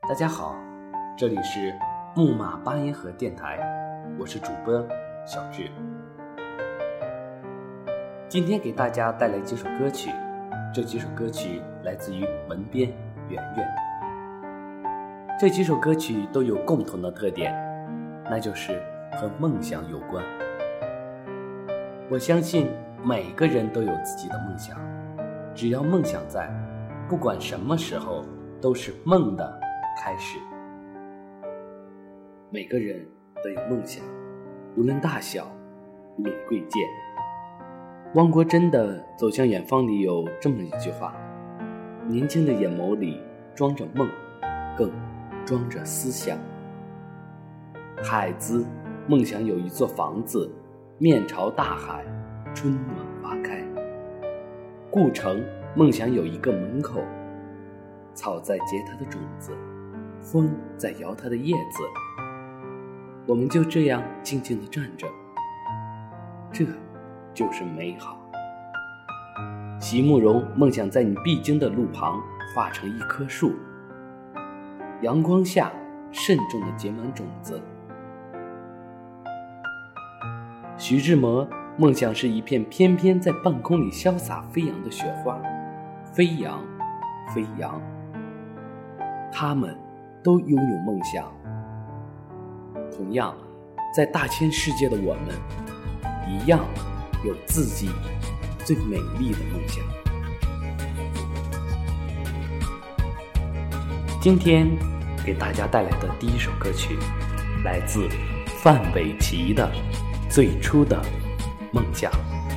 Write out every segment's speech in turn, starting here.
大家好，这里是木马八音盒电台，我是主播小智。今天给大家带来几首歌曲，这几首歌曲来自于文编圆圆。这几首歌曲都有共同的特点，那就是和梦想有关。我相信每个人都有自己的梦想，只要梦想在，不管什么时候都是梦的开始。每个人都有梦想，无论大小，无论贵贱。汪国真的《走向远方》里有这么一句话：年轻的眼眸里装着梦，更装着思想。海子梦想有一座房子，面朝大海，春暖花开。顾城梦想有一个门口，草在结它的种子，风在摇它的叶子。我们就这样静静地站着，这就是美好。席慕容梦想在你必经的路旁化成一棵树，阳光下慎重地结满种子。徐志摩梦想是一片翩翩在半空里潇洒飞扬的雪花，飞扬飞扬。他们都拥有梦想，同样在大千世界的我们一样有自己最美丽的梦想。今天给大家带来的第一首歌曲来自范玮琪的《最初的梦想》。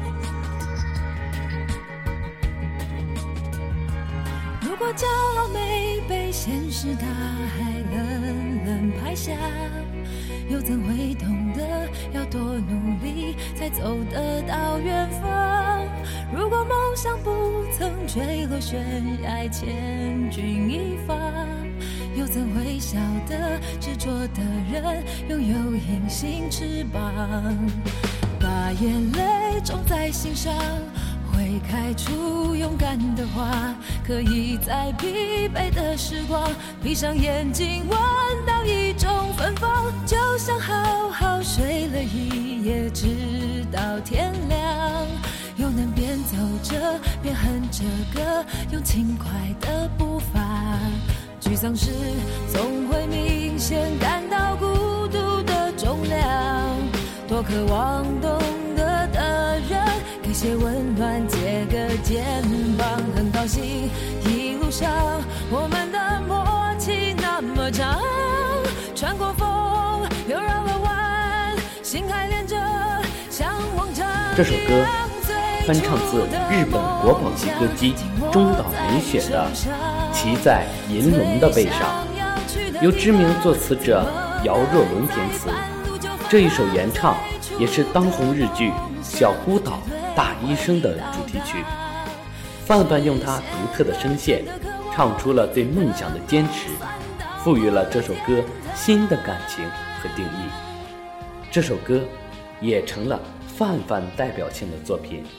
如果骄傲没被现实大海冷冷拍下，又怎会懂得要多努力才走得到远方？如果梦想不曾坠落悬崖千钧一发，又怎会晓得执着的人拥有隐形翅膀？把眼泪种在心上，会开出勇敢的花，可以在疲惫的时光闭上眼睛闻到一种芬芳，就像好好睡了一夜直到天亮，又能边走着边哼着歌，用轻快的步伐。沮丧时总会明显感到孤独的重量，多渴望懂得的人给些温暖，借个肩膀。很高兴一路上我们的默契那么长，穿过风又绕了弯，心还连着向往着。 这首歌翻唱自日本国宝级歌姬中岛美雪的《骑在银龙的背上》，由知名作词者姚若龙填词。这一首原唱也是当红日剧《小孤岛大医生》的主题曲。范范用他独特的声线唱出了对梦想的坚持，赋予了这首歌新的感情和定义。这首歌也成了范范代表性的作品。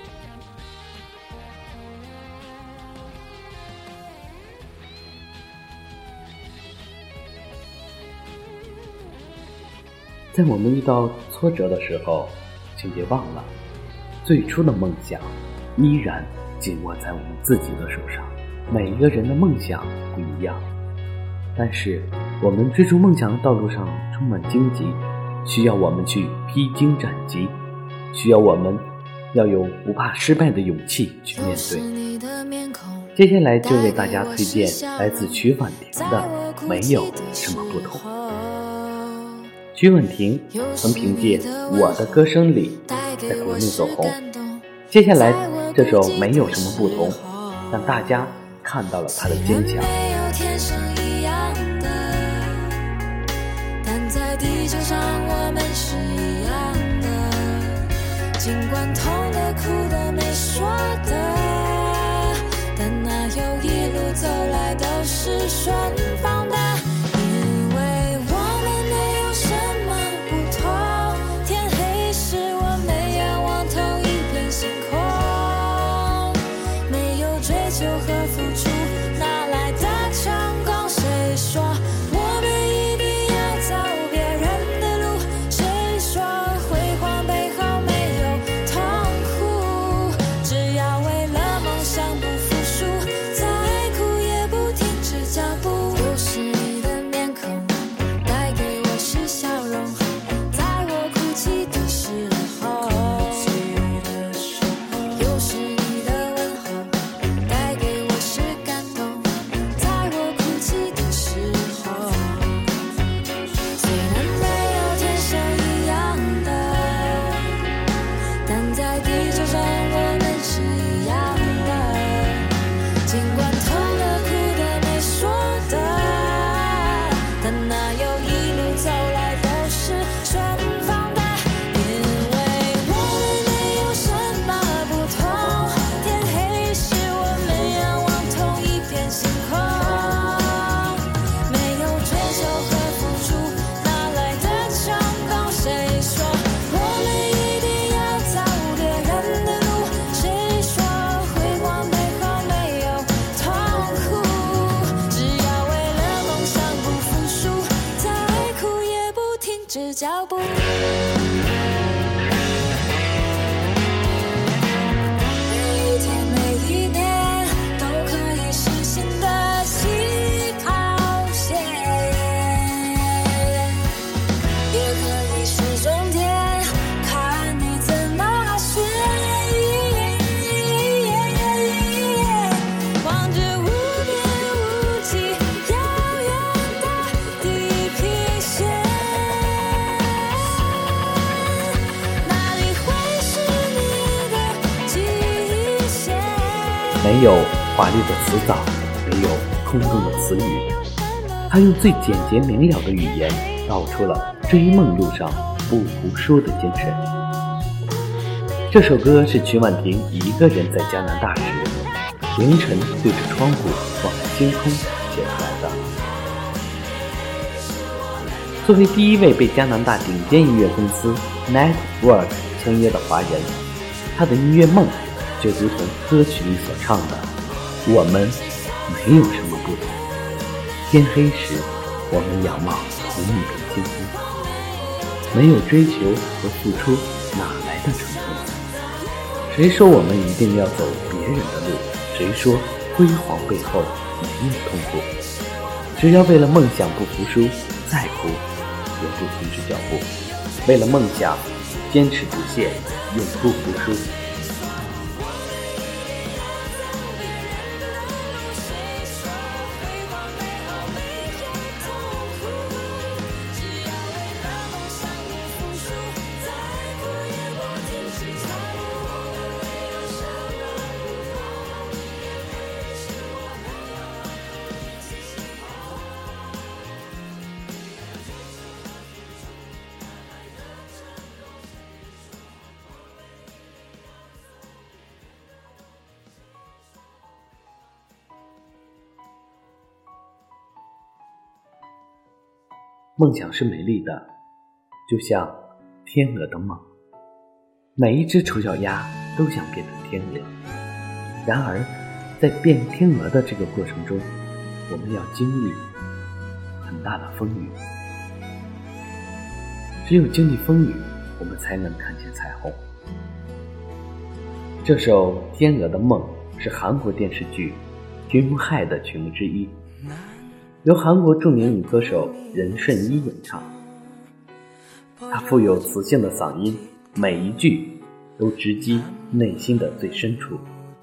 在我们遇到挫折的时候，请别忘了，最初的梦想依然紧握在我们自己的手上。每一个人的梦想不一样，但是我们追逐梦想的道路上充满荆棘，需要我们去披荆斩棘，需要我们要有不怕失败的勇气去面对。接下来就为大家推荐来自曲婉婷的《没有什么不同》。曲婉婷曾凭借《我的歌声里》在国内走红，接下来这首《没有什么不同》让大家看到了她的坚强。 没有天生一样的，但在地球上我们是一样的，尽管痛的哭的没说的，但那有一路走来都是顺风的。追求和付出，哪来的成功谁说？ 脚步。 没有华丽的词藻，没有空洞的词语，他用最简洁明了的语言道出了追梦路上不服输的精神。这首歌是曲婉婷一个人在加拿大时凌晨对着窗户望着星空写出来的。作为第一位被加拿大顶尖音乐公司 Network 签约的华人，他的音乐梦就如同歌曲里所唱的，我们没有什么不同，天黑时我们仰望同一片星空，没有追求和付出，哪来的成功？谁说我们一定要走别人的路？谁说辉煌背后没有痛苦？只要为了梦想不服输，再苦也不停止脚步，为了梦想坚持不懈，永不服输。梦想是美丽的，就像天鹅的梦，每一只丑小鸭都想变成天鹅。然而在变天鹅的这个过程中，我们要经历很大的风雨，只有经历风雨，我们才能看见彩虹。这首《天鹅的梦》是韩国电视剧《君害》的曲目之一，由韩国著名女歌手任顺一演唱。她富有磁性的嗓音，每一句都直击内心的最深处。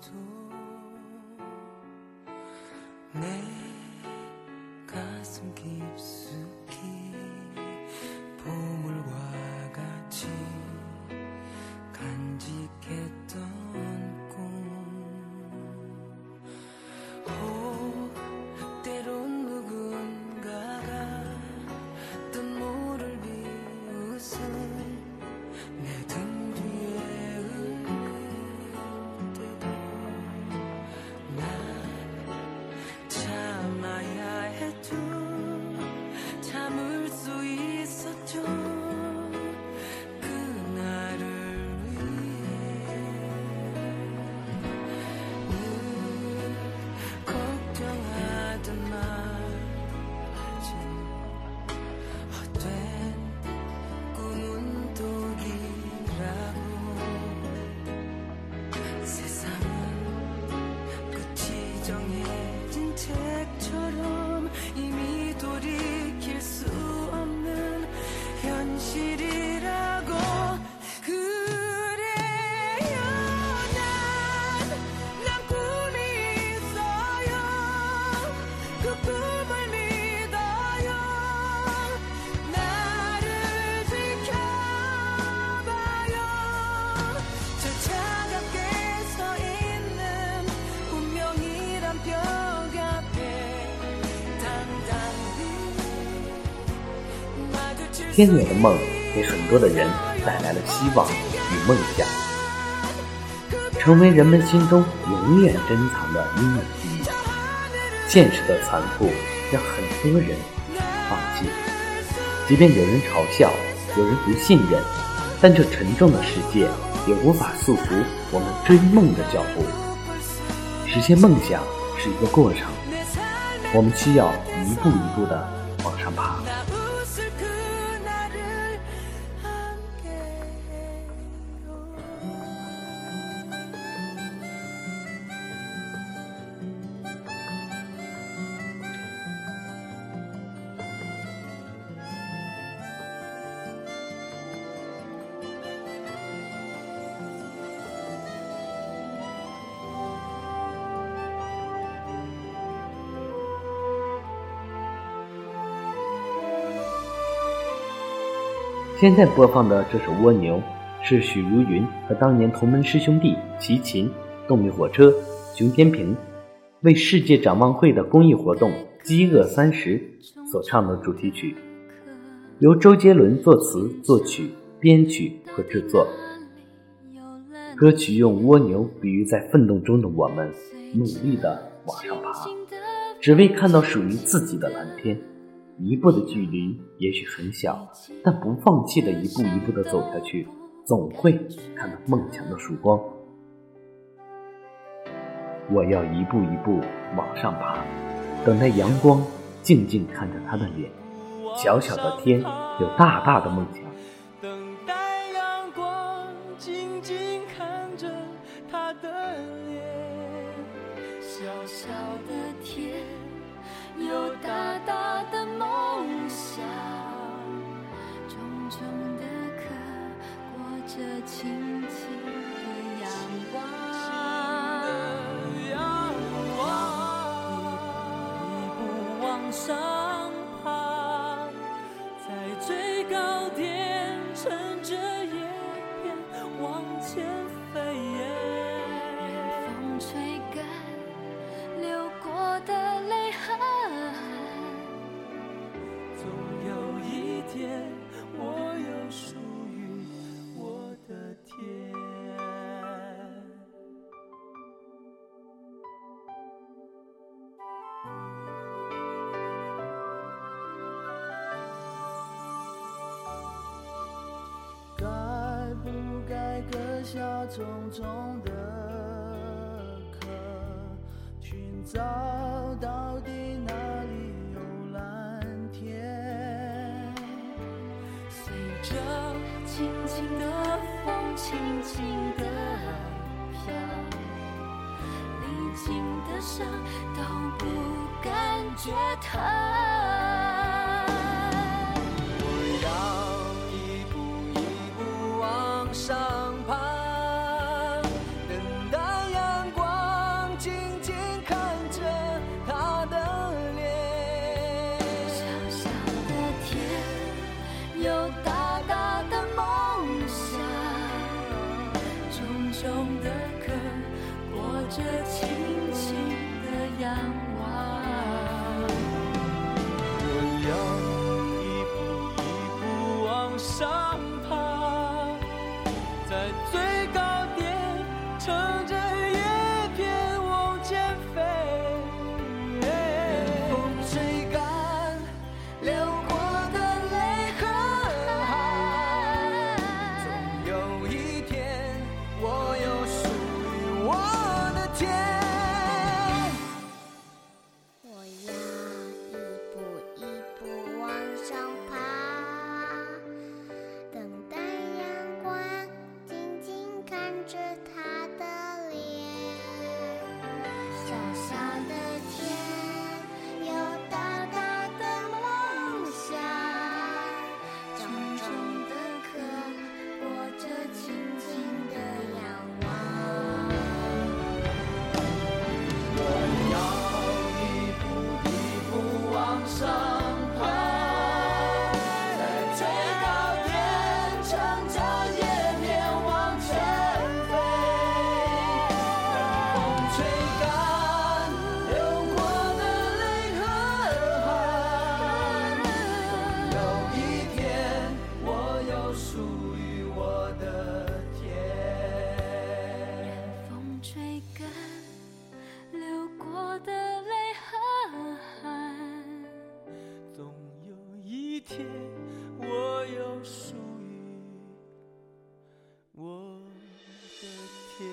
天鹅的梦给很多的人带来了希望与梦想，成为人们心中永远珍藏的阴暗记忆。现实的残酷让很多人放弃，即便有人嘲笑，有人不信任，但这沉重的世界也无法束缚我们追梦的脚步。实现梦想是一个过程，我们需要一步一步地往上爬。 现在播放的这首《蜗牛》是许茹芸和当年同门师兄弟齐秦、动力火车、熊天平为世界展望会的公益活动饥饿30所唱的主题曲，由周杰伦作词作曲编曲和制作。歌曲用蜗牛比喻在奋斗中的我们努力地往上爬，只为看到属于自己的蓝天。一步的距离也许很小，但不放弃的一步一步地走下去，总会看到梦想的曙光。我要一步一步往上爬，等待阳光，静静看着他的脸。小小的天有大大的梦想， 等待阳光，静静看着他的脸。 小小的天有大大的梦想，重重的壳裹着轻轻的阳光。 一步往上爬，在最高点乘着叶片往前飞。 风吹干流过的泪痕， 总有一天我有属于我的天。该不该割下重重的壳，寻找到底哪里有蓝天？ 随着轻轻的风，轻轻的飘，历经的伤都不感觉疼。 上爬，等待阳光，静静看着他的脸。 小小的天有大大的梦想，重重的壳裹着轻轻的阳光。 我要一步一步往上爬，在最高点乘着叶片往前飞。风吹干流过的泪和汗，总有一天我有属于我的天。 我要一步一步往上爬，等待阳光，静静看着他的脸。小小的天有大大的梦想，重重的壳裹着轻轻的阳光。 我要一步一步往上爬，在最高点乘着叶片往前飞。等风吹干流过的泪和汗，总有一天我有属于我的天。 风吹干流过的泪和汗， 总有一天我有属于我的天。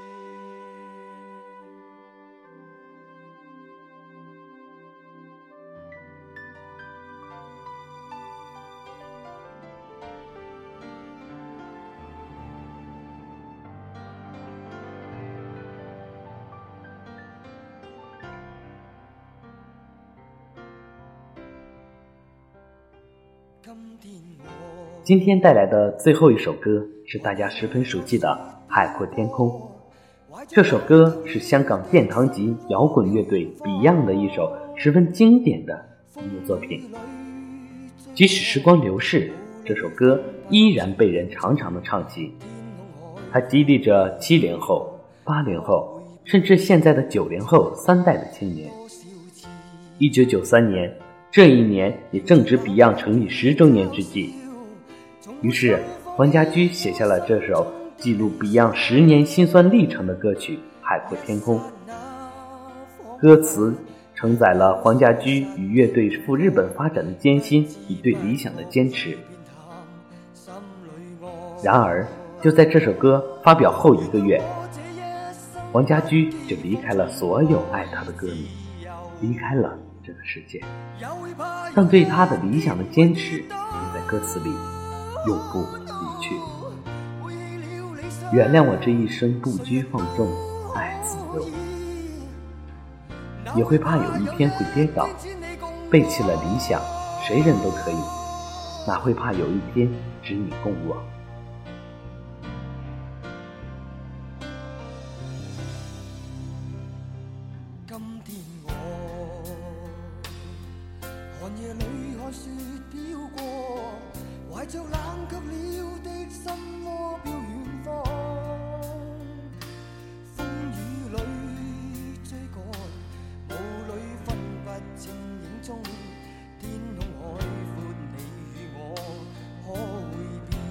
今天带来的最后一首歌是大家十分熟悉的《海阔天空》。这首歌是香港殿堂级摇滚乐队 Beyond 的一首十分经典的音乐作品。即使时光流逝， 这首歌依然被人常常的唱起。它激励着70后、80后，甚至现在的90后3代的青年。1993年，这一年也正值 Beyond 成立10周年之际，于是黄家驹写下了这首记录 Beyond 10年辛酸历程的歌曲《海阔天空》。歌词承载了黄家驹与乐队赴日本发展的艰辛与对理想的坚持。然而就在这首歌发表后1个月，黄家驹就离开了所有爱他的歌迷，离开了这个世界。但对他的理想的坚持仍在歌词里永不离去。原谅我这一生不拘放纵，爱自由，也会怕有一天会跌倒，背弃了理想，谁人都可以，哪会怕有一天只你共我。 今天我寒夜里看雪飘過，懷着冷卻了的心窩飄遠方，風雨裏追趕，霧裏分不清影蹤，天空海闊，你與我可會變？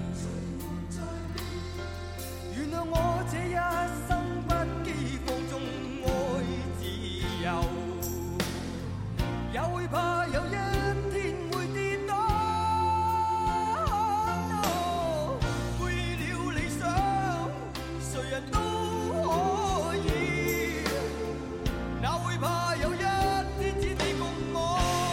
原諒我這一生不羈放縱愛自由，也會怕有一天會跌倒。背了理想，誰人都可以，哪會怕有一天只你共我。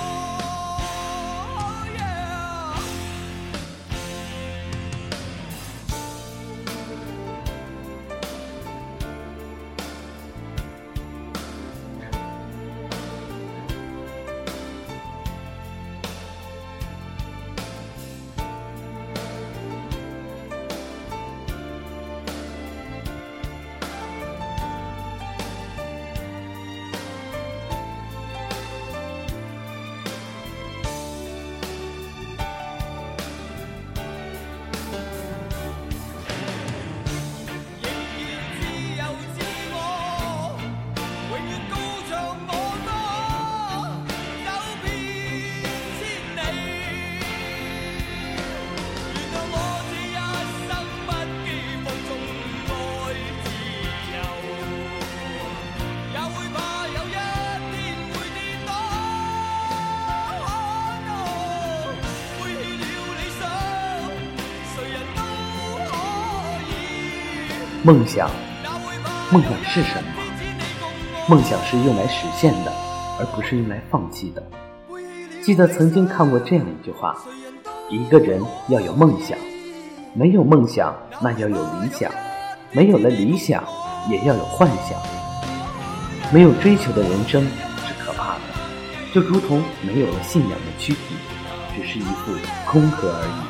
梦想是什么？梦想是用来实现的，而不是用来放弃的。记得曾经看过这样一句话：一个人要有梦想，没有梦想那要有理想，没有了理想也要有幻想。没有追求的人生是可怕的，就如同没有了信仰的躯体，只是一副空壳而已。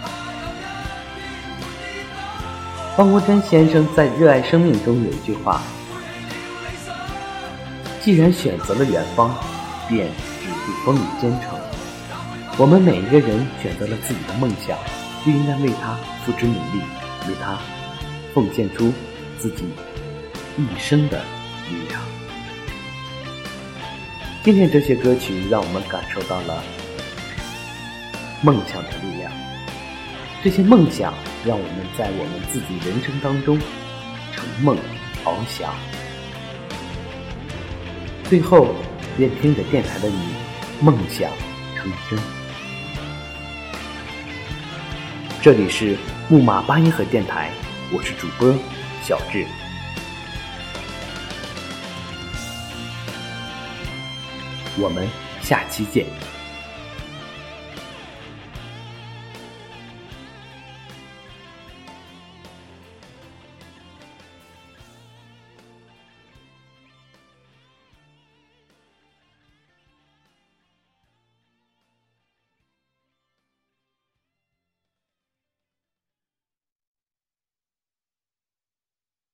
方国珍先生在《热爱生命》中有一句话：既然选择了远方，便只顾风雨兼程。我们每一个人选择了自己的梦想，就应该为它付之努力，为它奉献出自己一生的力量。今天这些歌曲让我们感受到了梦想的力量，这些梦想让我们在我们自己人生当中成梦翱翔。最后愿听着电台的你梦想成真。这里是木马八音盒电台，我是主播小智。我们下期见。